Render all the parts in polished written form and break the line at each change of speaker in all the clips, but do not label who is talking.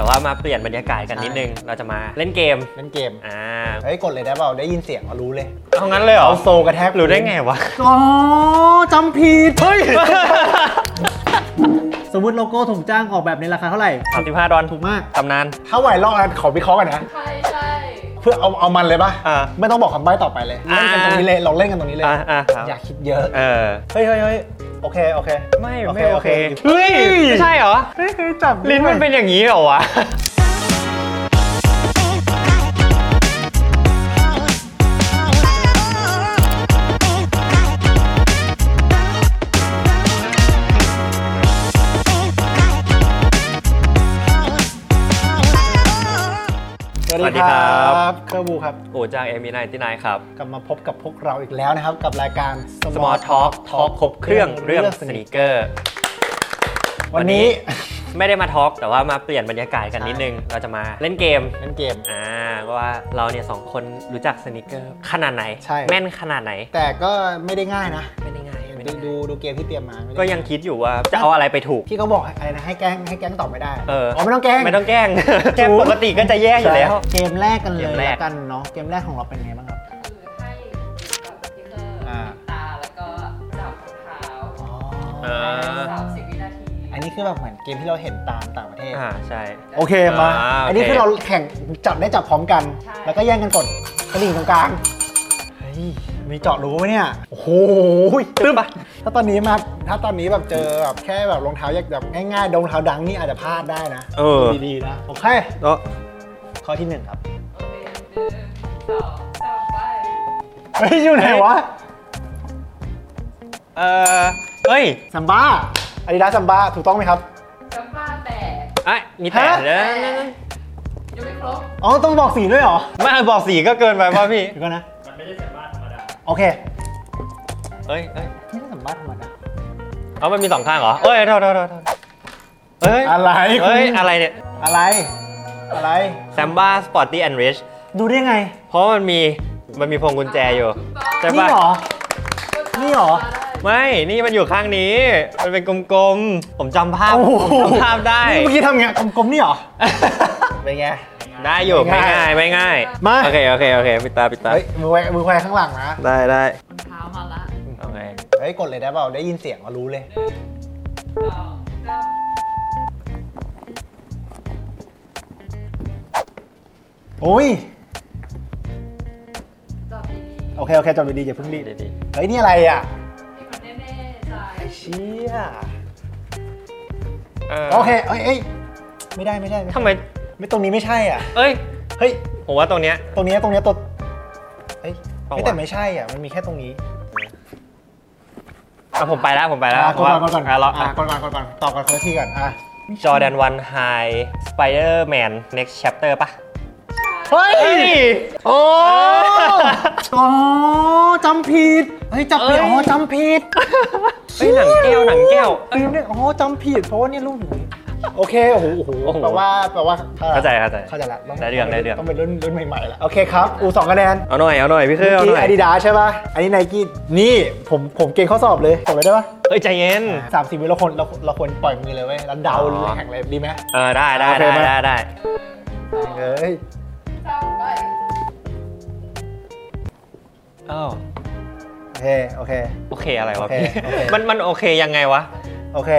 แต่ว่ามาเปลี่ยนบรรยากาศกันนิดนึงเราจะมาเล่นเกม
เฮ้ยกดเลยได้เปล่าได้ยินเสียงรู้เลย
เอางั้นเลยเหรอ
เอาโซกระแทก
รู้ได้ไงวะ
อ๋อจำผิดเฮ้ย
สมมติโลโก้ถูกจ้างออกแบบในราคาเท่าไหร่
$35
ถูกมาก
ตำนาน
ถ้าไหวรอบนั้นขอวิเคราะห์กันนะ
ใช่
เพื่อเอามันเลยป่ะไม่ต้องบอกคำใบ้ต่อไปเลยเล่นกันตรงนี้เลยเราเล่นกันตรงนี้เลยอย่าคิดเยอะเฮ้ยโอเค
ไม่โอเคเฮ้ยไม่ใช่เหรอ
จับ
ลิ้นมันเป็นอย่างนี้เหรอวะ
สวัสดีครับเคอร์บูครับ
โอ้จากME99ครับ
กลับมาพบกับพวกเราอีกแล้วนะครับกับรายการ
Small Talk ครบเครื่องเรื่องสนีกเกอร์
วันนี้
ไม่ได้มาทอล์กแต่ว่ามาเปลี่ยนบรรยากาศกันนิดนึงเราจะมาเล่นเกมว่าเราเนี่ย2คนรู้จักสนีกเกอร์ขนาดไหนแม่นขนาดไหน
แต่ก็ไม่ได้ง่ายนะ
ไม่ได้ง่าย
ดูเกมที่เตรียมมา
ก็ยังคิดอยู่ว่าจะเอาอะไรไปถูก
ที่เขาบอกอะไรนะให้แกล้งตอบไม่ได้ไม่ต้องแกล้ง
แกล้งปกติก็จะแย่อยู่แล้ว
เกมแรกกันเลยแล้วกันเนาะเกมแรกของเราเป็นไงบ้างครับ
คือให้กับสติ๊กเกอร์ตาแล้วก็จับเท้า30 วินาที
อันนี้คือแบบเหมือนเกมที่เราเห็นตามต่างประเทศ
ใช่
โอเคมาอันนี้คือเราแข่งจับพร้อมกันแล้วก็แย่งกันกดกระดิ่งตรงกลางมีเจาะรู้ไหมเนี่ยโอ้โหตึ้มปะถ้าตอนนี้แบบเจอแบบแค่แบบรองเท้าแบบง่ายๆรองเท้าดังนี่อาจจะพลาดได้นะดีๆนะโอเคข้อที่1ครับ
โอเค1 2 3ไป
เฮ้ยอยู่ไหนวะ
เฮ้ย
ซัมบ้าอาดิดาสซัมบ้าถูกต้องไหมครับ
ซัมบ้าแต่
มีแต่
ยังไม่ครบ
ต้องบอกสีด้วยเหรอ
ไม่บอกสีก็เกินไปป่ะพี่
ก็นะ
มันไม่ได้ซัมบ้าธรรมดา
โอเค
ไม่
ได้ซัมบ้าธรรมดา
มันมี2ข้างเหรอโทษ
อะไร
อะไรเนี่ย
อะไร
แซมบ้าสปอร์ตี้แอนด์ริช
ดูได้ไง
เพราะมันมีพวงกุญแจอยู่
ใช่ป่ะนี่หรอ
ไม่นี่มันอยู่ข้างนี้มันเป็นกลมๆผมจำภาพได้
เมื่อกี้ทำไงกลมๆนี่หรอเป็นไง
ได้อยู่ไม่ง่าย
มา
โอเคปิดตา
เฮ้ยมือแควข้างหลังนะ
ได้
รองเท้ามาละ
โอเค
เฮ้ยกดเลยได้เปล่าได้ยินเสียงก็รู้เลยโอ้ยโอเคจบดีอย่าเพิ่งรีบเฮ้ยนี่อะไรอ่ะ
ที่มันแน่ๆใจ
เชี่ยโอเคไม่ได้
ทำไม
ไม่ตรงนี้ไม่ใช่อ่ะ
เฮ้ยผมว่าตรงเนี้ย
ตัวแต่ไม่ใช่อ่ะมันมีแค่ตรงนี้
ผมไปแล้วก่อน
ตอบกันคนละทีก่อน
Jordan 1 High Spider-Man Next Chapter ป่ะ
เฮ้ยจำผิดจำผิดจำผิด
หนังแก้ว
เนี่ยจำผิดเพราะว่านี่รูปอยู่โอเคโอ้โหแปลว่า
เข้าใจ
แล้ว
ได้เรื่อง
ต้องเป็นรุ่นใหม่ๆแล้วโอเคครับ2 คะแนน
เอาหน่อยพี่คือเอาหน่อย
Adidas ใช่ป่ะอันนี้ Nike นี่ผมเก่งข้อสอบเลยส่งเลยได้ป่ะ
ใจเย็น
30 วิเราควรปล่อยมือเลยเว้ยแล้วเดาแข่งเลยดีไหม
ได้
เฮ้ยโอเค
อะไรวะพี่มันโอเคยังไงวะ
โอเค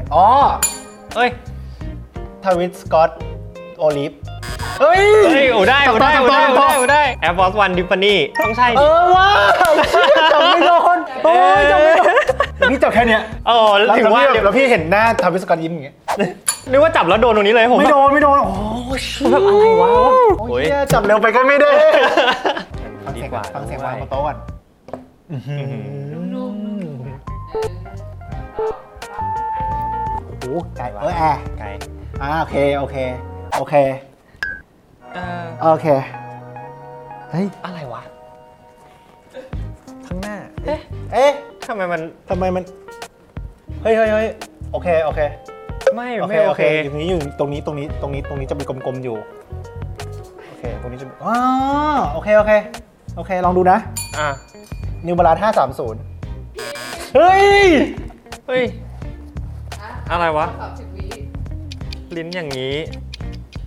ทวิตสกอตโอลิฟ
เฮ้ยได้ Air Force One Tiffany ต้องใช่
ว้าจำไม่โดนพี่จับแค่เนี้ย
ถึงว่า
แล้วพี่เห็นหน้าทวิตสกอตยิ้มอย่างเงี้ย
นึกว่าจับแล้วโดนตรงนี้เลยผม
ไม่โดนแบบอะไรวะโอ้ยจับเร็วไปก็ไม่ได้ฟังเสียงวางบนโต๊ะก่อนโอ้ไก่
ไก่
โอเคเฮ้ย
อะไรวะ
ข้างหน้า
ทำไมมัน
เฮ้ยโอเค
ไม่โอเค
อย่างนี้อยู่ตรงนี้จะเป็นกลมๆอยู่โอเคตรงนี้จะโอเคลองดูนะNew Balance 530เฮ้ย
อะไรวะลิ้นอย่างนี้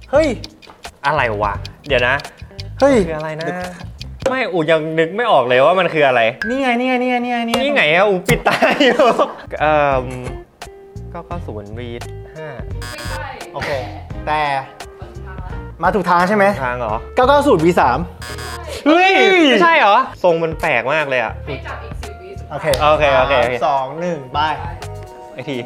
เฮ้ย
อะไรวะเดี๋ยวนะ
เฮ้ย
คืออะไรนะไม่อูยังนึกไม่ออกเลยว่ามันคืออะไร
นี่ไงนี่
ไงอะอูปิดตาอยู่990 V5
ไม่ใช่
โอเคแต่มาถูกทางใช่ไหม
ทางเหรอ
990 V3
เฮ้ยไม่ใช่เหรอทรงมันแปลกมากเลยอะ
ให้จับอีก10 วิ
โอเค
2 1ไป
ไอที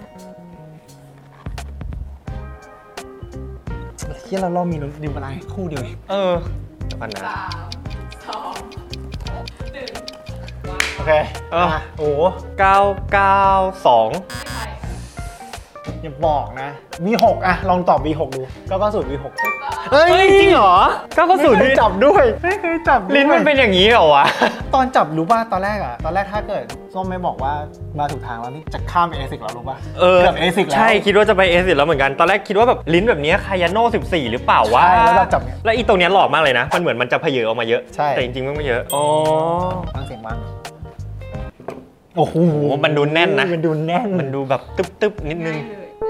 ที่เรามีดิวอะไรคู่เดียว
ปันนะ
3 2 1
โอเคโอ้
992
อย่าบอกนะ V6 อะลองตอบ V6 ดู990 V6
เฮ้ยจริงเหรอ990
ไม่เคยจับด้วยไม่เคยจับ
ลิ้นมันเป็นอย่างนี้เหรอวะ
ตอนจับรู้ป่ะตอนแรกถ้าเกิดส้มไม่บอกว่ามาถูกทางแล้วนี่จะข้ามไป A10 แล้วรู้ป่ะเกือบ A10 แล้ว
ใช่คิดว่าจะไป A10 แล้วเหมือนกันตอนแรกคิดว่าแบบลิ้นแบบนี้คายาโน่14หรือเปล่าวะ
ใช่แล้วจับ
แล้วอีตรงนี้หลอกมากเลยนะมันเหมือนมันจะเพเยอออกมาเยอะแต่จริงๆไม่เยอะอ๋อ
ฟังเสียงบ้างโอ้โห
มันดูแน่นนะ
มันดูแน่น
มันดูแบบตึ๊บนิดนึง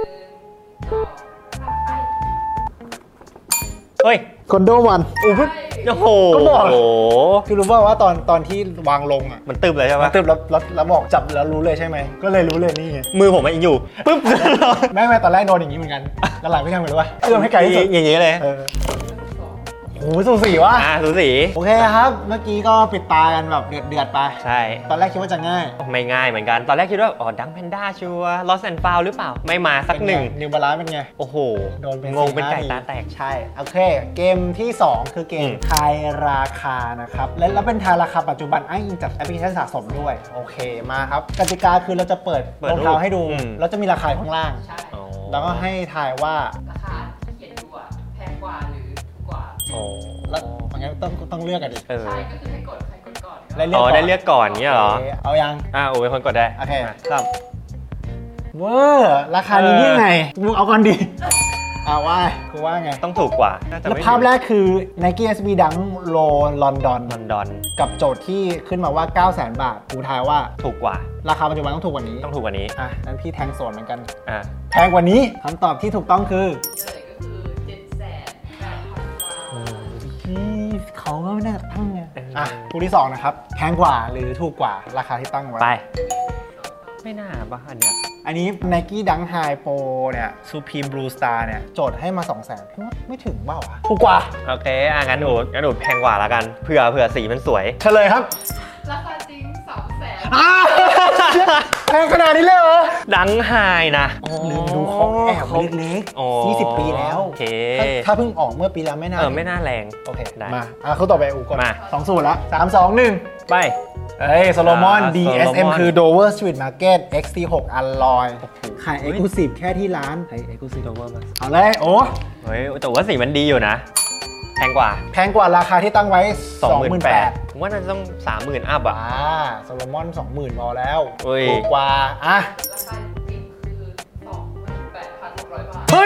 เฮ้ย
คอนโดวัน
โอ้โห
ก็บอกคือรู้ว่าตอนที่วางลงอ่ะ
มันตึบเลยใช่ไหม
ตึบแล้วบอกจับแล้วรู้เลยใช่ไหมก็เลยรู้เลยนี่ไง
มือผมมันอยู่ปึ๊บ
ไม่ตอนแรกโดนอย่างนี้เหมือนกันแล้วหลังไม่ทำเหมือนว่าเอื้อมให้ไกลที่สุด
อย่างนี้เลย
โอ้โหสูสีวะ
สูสี
โอเคครับเมื่อกี้ก็ปิดตากันแบบเดือดไป
ใช่
ตอนแรกคิดว่าจะง่าย
ไม่ง่ายเหมือนกันตอนแรกคิดว่าดังแพนด้าชัวร์ลอสแอนด์ฟาวหรือเปล่าไม่มาสักหนึ่ง
นิวบาลานซ์เป็นไง
โอ้โห
โดน
งงเป็นไก่ตาแตก
ใช่โอเคเกมที่2คือเกมทายราคานะครับแล้วเป็นทายราคาปัจจุบันอ้างอิงจากแอปพลิเคชันสะสมด้วยโอเคมาครับกติกาคือเราจะเปิดรองเท้าให้ดูแล้วจะมีราคาข้างล่างแล้วก็ให้ทายว่า
ราคาที่เขียนอยู่แพงกว่าหรือถูกกว่า
แล้วงั้นต้องเลือกกันดิ
ใช่ก็คือให้กดใครกดก่อน
ได้เลือกก่อนเนี่ยเหรอ
เอายัง
โอ้เป็นคนกดได้
โอเคครับเวอร์ราคานี้ยังไงมึงเอาก่อนดิว่าคือว่าไง
ต้องถูกกว่า
แล้วภาพแรกคือ Nike SB Dunk Low London กับโจทย์ที่ขึ้นมาว่า 900,000 บาทกูทายว่า
ถูกกว่า
ราคาปัจจุบันต้องถูกกว่านี้นั้นพี่แทงสวนเหมือนกันแพงกว่านี้คำตอบที่ถูกต้องคือเขาก็ไม่น่าตั้งไงคู่ที่2นะครับแพงกว่าหรือถูกกว่าราคาที่ตั้งไว้
ไปไม่น่าป่ะ
อันนี้ Nike Dunk High Pro เนี่ย Supreme Blue Star เนี่ยโจทย์ให้มา 200,000 พี่ว่าไม่ถึงเปล่าวะถูกกว่า
โอเคงั้นหนูแพงกว่าละกันเผื่อสีมันสวย
เฉลยครับ
ราคาจริง
200,000แพงขนาดนี้เลยเหรอ
ดังไฮนะ
ลืมดูของแอบเล็กๆ20 ปีแล้ว
โอเค
ถ้าเพิ่งออกเมื่อปีแล้วไม่
น่าแรง
โอเคได้มาเขาต่อไปอูก่อนมา2-0แล้ว3 2 1
ไป
โซโลมอน DSM คือ Dover Street Market XT6 Alloy ขาย Exclusive แค่ที่ร้านขาย Exclusive Dover มาเอาเลย
แต่ว่าสีมันดีอยู่นะแพงกว่า
ราคาที่ตั้งไว้
28,000 ผมว่าน่าจะต้อง 30,000 อัพ
โซโลมอน 20,000 พอแล้วถูกกว่า
ราคาจริงคือ 28,600 บาท
เฮ้ย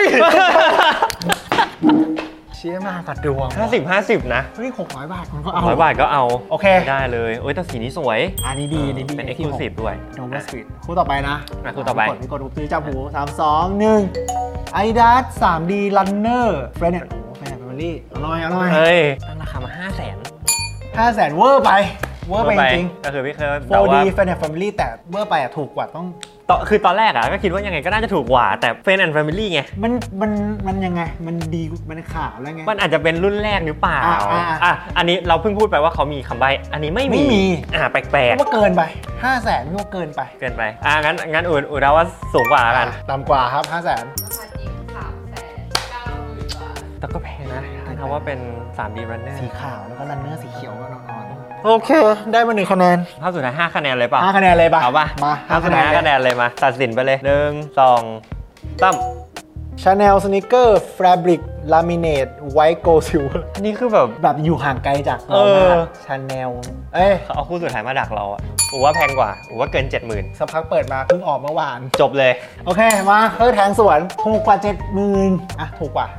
เชี่ยมากกัดดวง
50นะ
เฮ้ย600 บาทมันก็เอา
100 บาทก็เอา
โอเค
ได้เลยแต่สีนี้สวย
อันนี้ดี
เป็น Exclusive ด้วย
Dover Street คู่ต่อไปนะ
คู่ต่อไป
กดซื้อจับหู3 2 1 Adidas 3D Runner Friend Family อร่อย
เฮ้ยตั้งราคามา
500,000 เวอร์ไปจริง
ก็คือพี่เคย
4D Friend Family แต่เวอร์ไปถูกกว่าต้อง
คือตอนแรกก็คิดว่ายังไงก็น่าจะถูกกว่าแต่ Friend and Family ไง
มันยังไงมันดีมันขาวแล้วไง
มันอาจจะเป็นรุ่นแรกหรือเปล่าอันนี้เราเพิ่งพูดไปว่าเขามีคำใบ้อันนี้ไม่มีแปลก
ๆว่าเกินไป 500,000พี่ว่าเกินไป
งั้นอุ่นเราว่าสูงกว่ากัน
ต่ำกว่าครับ 500,000
ราคาจริง 390,000 บาท
แต่ก็แพงนะคำว่าเป็น 3D Runner
สีขาวแล้วก็ Runner สีเขียวก็นอนโอเคได้มา1 คะแนน
ภาพสุดท้าย5 คะแนนเลยป่ะ
5 คะแนนเลยป่ะ
เอาป่ะ
มา
5 คะแนนเลยมาตัดสินไปเลย1 2 3
Chanel Sneaker Fabric Laminate White Gold Silver
นี่คือแบบ
อยู่ห่างไกลจากเรามาก Chanel
เขาเอาคู่สุดท้ายมาดักเราว่าแพงกว่าว่าเกิน 70,000
สักพักเปิดมาเพิ่งออกเมื่อวาน
จบเลย
โอเคมาแทงสวนถูกกว่า 70,000ถูกกว่า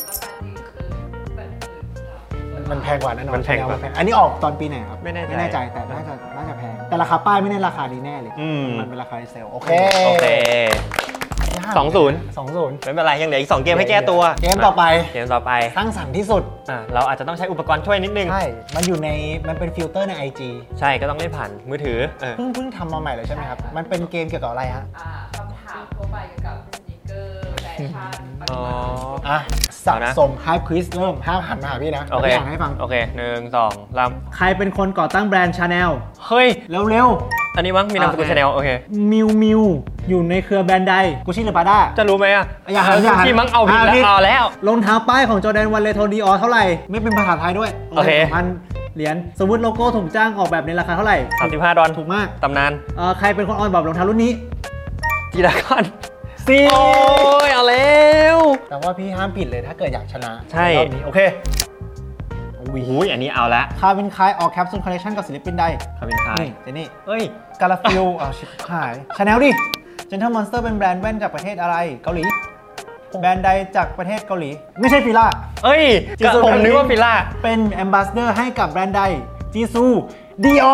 มันแพงกว่าแน่นอน
มันแพงกว่า
อันนี้ออกตอนปีไหนครับ
ไม่แน่ใจ
แต่น่าจะแพงแต่ราคาป้ายไม่แน่ราคานี้แน่เลยมันเป็นราคาเซลล์โอเค
2-0
2-0
ไม่เป็นไรยังเหลืออีก2เกมให้แก้ตัว
เกมต่อไป
สร้าง
สรรค์ที่สุด
เราอาจจะต้องใช้อุปกรณ์ช่วยนิดนึง
ใช่มันเป็นฟิลเตอร์ใน IG
ใช่ก็ต้องเล่นผ่านมือถือ
เพิ่งทำมาใหม่เลยใช่ไหมครับมันเป็นเกมเกี่ยวกับอะไรฮะ
คำถามทั่วไปเกี่ยวกับสนิเกอร์แฟชั่น
สะสมไฮควิสเริ่ม5หันมาหาพี่นะ
โอเค
ให้ฟัง
โอเค1 2 3
ใครเป็นคนก่อตั้งแบรนด์ชาแนล
เฮ้ย
เร็ว
อันนี้มั้งมีนามสกุลชาแนลโอเค
มิวอยู่ในเครือแบรนด์ใด
กูชิหรือปาด้า
จะรู้ไหม
อย่า
พี่มั้งเอาผิดแล้ว
รองเท้าป้ายของจอร์แดนวันเลโทดีออเท่าไหร่
ไม่เป็นภาษาไทยด้วย
โอเค
2,000 เหรียญสมมติโลโก้ถูกจ้างออกแบบในราคาเท่าไหร่
$35
ถูกมาก
ตำนาน
ใครเป็นคนออกแบบรองเท้ารุ่นนี้
จีดากอน
โอ้
ยเอาแล้ว
แต่ว่าพี่ห้ามผิดเลยถ้าเกิดอยากชนะ
ใช่
รอบนี้โอเค
อันนี้เอาละ
คาร์บินคายออกแคปซูลคอลเลคชั่นกับศิลปินใด
คาร์บินคาย
เจนี่เฮ้ยกาลาฟิลชิบหายชาแนลดิเจนเทอร์มอนสเตอร์เป็นแบรนด์แว่นจากประเทศอะไรเกาหลีแบรนด์ใดจากประเทศเกาหลีไม่ใช่ฟิล่า
ผมนึกว่าฟิล่า
เป็นแอมบาสเดอร์ให้กับแบรนด์ใดจีซูดีออ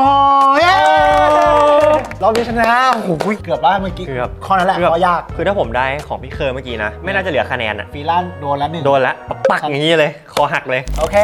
เราชนะโอ้โหเกือบแล้วเมื่อกี้ข้อนั้นแหละข้อยาก
คือถ้าผมได้ของพี่เคอร์เมื่อกี้นะไม่น่าจะเหลือคะแนน
ฟีล่าโดนแล้ว
โดนแล้วปักอย่างนี้เลยคอหักเลย
โอเค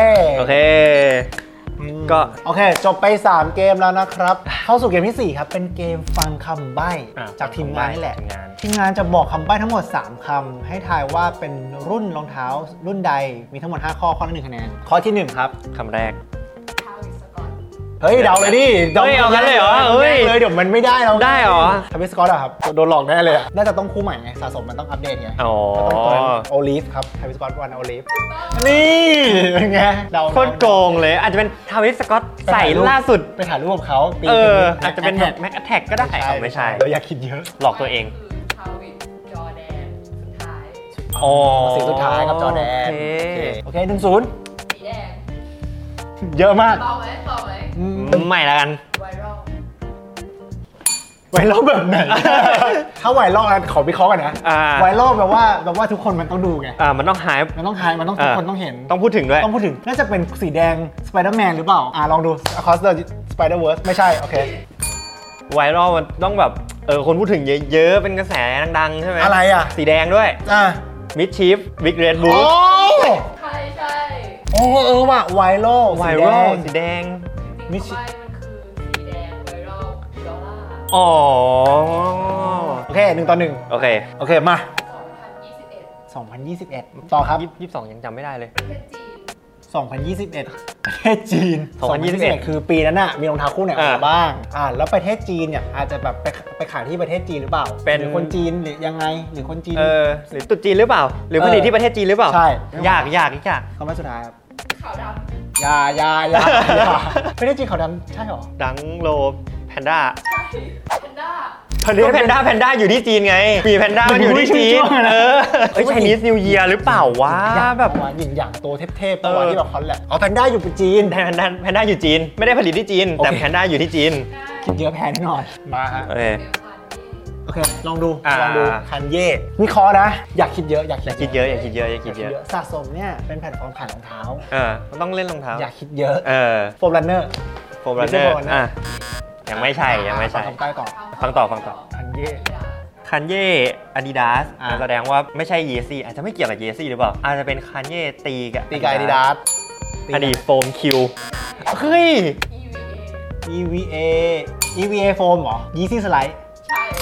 ก็
โอเคจบไป3เกมแล้วนะครับเข้าสู่เกมที่4ครับเป็นเกมฟังคำใบ้จากทีมงานนี่แหละทีมงานจะบอกคำใบ้ทั้งหมด3คำให้ทายว่าเป็นรุ่นรองเท้ารุ่นใดมีทั้งหมด5ข้อข้อละ1คะแนนข้อที่1ครับ
คำแรก
เฮ้ยเดาเลยดิ
เอากันเลยเหรอ
เลยเดี๋ยวมันไม่ได้เรา
ได้เหรอ
ทาวิสสก็อตอะครับโดนหลอกแน่เลยน่าจะต้องคู่ใหม่ไงสะสมมันต้องอัปเดตไงต้องเปิดโอลิฟครับทาวิสสก็อตวันโอลิฟนี่เป็นไงเดา
โคตรโกงเลยอาจจะเป็นทาวิสสก็อตใส่ล่าสุด
ไปถ่ายรูปกับเขา
อาจจะเป็นแบบแม็กแท็กก็ได้ไม่ใช่
เราอยากคิดเยอะ
หลอกตัวเอง
ทาวิสจอแดนสุดท้าย
สีสุดท้ายกับจอแดนโอเค1-0
สีแดง
เยอะมาก
ต่อไหม
ไม่แล้วกัน
ไวรั
ลแบบไหนถ้าไวรัลขอวิเคราะห์กันนะไวรัลแบบว่าทุกคนมันต้องดูไง
มันต้องหาย
มันต้องทุกคนต้องเห็น
ต้องพูดถึงด้วย
น่าจะเป็นสีแดงสไปเดอร์แมนหรือเปล่าลองดู Across the Spider-Verse ไม่ใช่โอเค
ไวรัลมันต้องแบบคนพูดถึงเยอะๆเป็นกระแสดังๆใช่ไหม
อะไร
สีแดงด้วยมิดชีฟบิ๊กเรดบู
ลใช่
ว่ะไวรัล
สีแดง
มิดชีฟมันคือสีแดงไวรัลดอลลาร์
โอเค1-1
โอเค
มา
2021
ต่อครับ
22ยังจำไม่ได้เลย
ประเทศจีน
2021ประเทศจีน2021คือปีนั้นน่ะมีรองเท้าคู่ไหนออกมาบ้างแล้วประเทศจีนเนี่ยอาจจะแบบไปขายที่ประเทศจีนหรือเปล่าเป็นคนจีนหรือยังไงหรือคนจีน
หรือตุ๊ดจีนหรือเปล่าหรือผลิตที่ประเทศจีนหรือเปล่า
ใช่
ยาก
คำว่าสุดท้ายครับ
ขาวดำ
อย่าประเทศจีนขาวดำใช่หรอ
ดังโลแพนด้า
ใช่แพนด้า
แพนด้าอยู่ที่จีนไงมีแพนด้ามันอยู่ที่จีนไชนีสนิวเยียร์หรือเปล่าวะแบบ
หยินอย่างตัวเทพๆตัวที่แบบคอนแหละแพนด้าอยู่จีน
แพนด้าอยู่จีนไม่ได้ผลิตที่จีนแต่แพนด้าอยู่ที่จีน
คิดเยอะแพนแน่นอนมาฮะโอเคลองดูคันเย่วิเคราะห์นะอยากคิดเยอะสะสมเนี่ยเป็นแพลตฟอร์มขายรองเท้า
ต้องเล่นรองเท้า
อยากคิดเยอะโฟมรันเนอร์
ยังไม่ใช่
ฟังใต้ก่อน
ฟังต่อคันเย่ Adidas แสดงว่าไม่ใช่ Yeezy อาจจะไม่เกี่ยวกับ Yeezy หรือเปล่าอาจจะเป็นคันเย่ตีกับ
Adidas
อดีตโฟมคิวเฮ้ย
EVA โฟมเหรอ Yeezy Slide
ใช่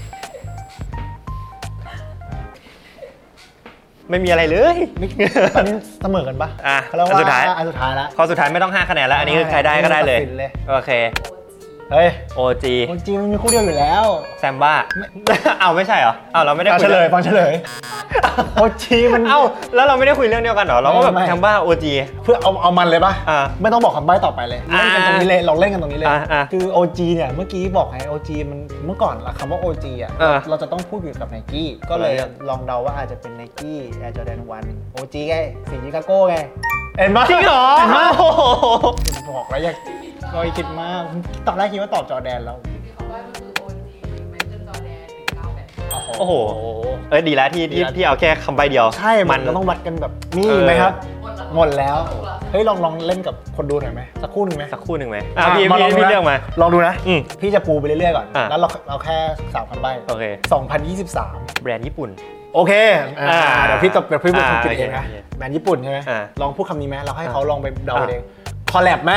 ไม่มีอะไรเลย
ตอนนี้เสมอกันปะ
อันสุดท้าย
แล้ว
ข้อสุดท้ายไม่ต้อง5คะแนนแล้วอันนี้คือใครได้ก็ได้เลยโอเค
เฮ้ย
OG
มันมีคู่เดียวอยู่แล้ว
แซมบ้าเอาไม่ใช่เหรอเราไม่ได้
ฟังเฉลย OG มัน
แล้วเราไม่ได้คุยเรื่องเดียวกันเหรอเราก็แบบแซมบ้า OG
เพื่อเอามันเลยป่ะไม่ต้องบอกคำใบ้ต่อไปเลยเล่นกันตรงนี้เลยเราเล่นกันตรงนี้เลยคือ OG เนี่ยเมื่อกี้บอกไง OG มันเมื่อก่อนคำว่า OG เราจะต้องพูดอยู่กับ Nike ก็เลยลองเดาว่าอาจจะเป็น Nike Air Jordan 1 OG ไงสีชิคาโก้ไงเห็นไหม
จริงเหรอ
บอกแล้วอยากก็คิดมากตอนแรกคิดว่าตอบจอแดนแล้ว
เขาว่ามันคือ OG ไมเคิลจอแดน
โอ้โหดีแล้วที่เอาแค่คำใบเดียว
ใช่มันต้องวัดกันแบบมีไหมครับหมดแล้วเฮ้ยลองเล่นกับคนดูหน่อยไหมสักคู่หนึ่งไหม
สักคู่หนึ่งไหม
พี่เลือกมาลองดูนะ พี่จะปูไปเรื่อยๆก่อน แล้วเราแค่3,000 ใบ
โอเค
2023
แบรนด์ญี่ปุ่น
โอเคเดี๋ยวพี่เป็นคนคิดเองนะแบรนด์ญี่ปุ่นใช่ไหมลองพูดคำนี้ไหมเราให้เขาลองไปเดาเองคอลแลบไหม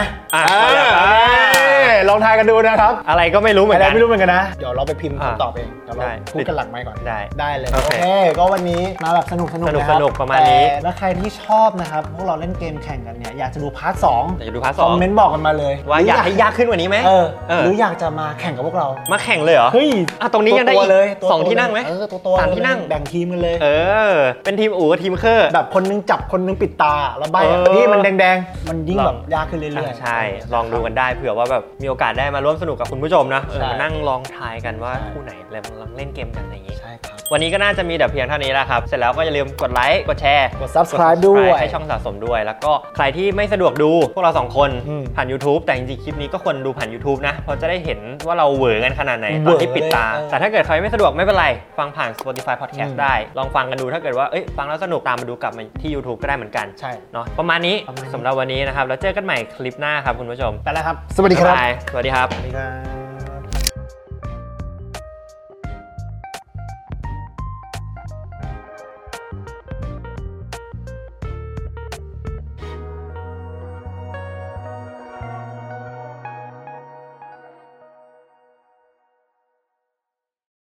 ลองทายกันดูนะครับ
อะไรก็ไม่รู้เหมือนกัน
นะเดี๋ยวเราไปพิมพ์คำตอบเองเดี๋ยวเราพูดกันหลังไมค์ก่อนได้เลยโอเคก็วันนี้มาแบบสนุกนะครับ
ประมาณนี้
แล้วใครที่ชอบนะครับพวกเราเล่นเกมแข่งกันเนี่ยอยากจะดูพาร์ท 2
อยากจะดูพาร์ท 2
คอมเมนต์บอกกันมาเลย
ว่าอยากให้ยากขึ้นกว่านี้ไหม
หรืออยากจะมาแข่งกับพวกเรา
มาแข่งเลยเหรอ
เฮ้ย
ตรงนี้ยังได้อีก2 ที่นั่งไหม
ตัว
3 ที่นั่ง
แบ่งทีมกันเลย
เป็นทีมอู๋กับทีมเคอร์
แบบคนนึงจับคนนึงปิดตาแล้วใบที่มันแดงๆมันยิ่งแบบยากขึ้นเรื่อย
ๆใช่ลองดูกันได้เผื่อว่าแบบมีโอกาสได้มาร่วมสนุกกับคุณผู้ชมนะมานั่งลองทายกันว่าคู่ไหนแล้วลองเล่นเกมกันอย่างนี้
ใช่ครับ
วันนี้ก็น่าจะมีแต่เพียงเท่านี้แล้วครับเสร็จแล้วก็อย่าลืมกดไลค์กดแชร์
กด Subscribe ด้วย
ให้ช่องสะสมด้วยแล้วก็ใครที่ไม่สะดวกดูพวกเรา2 คนผ่าน YouTube แต่จริงๆคลิปนี้ก็ควรดูผ่าน YouTube นะเพราะจะได้เห็นว่าเราเหวอกันขนาดไหนตอนที่ปิดตาแต่ถ้าเกิดใครไม่สะดวกไม่เป็นไรฟังผ่าน Spotify Podcast ได้ลองฟังกันดูถ้าเกิดว่าฟังแล้วสนุกตามมาดูกลับมาที่ YouTube ก็ได้เหมือนกัน
ใช่
เนาะประมาณนี้สำหรับวันนี้นะครับแล้วเจอกันใหม่คลิปหน้าครับคุณผู้ชม
ไปแล้วครับสวัสดีครับ
สวัสดีครับ
สวัสดีครับ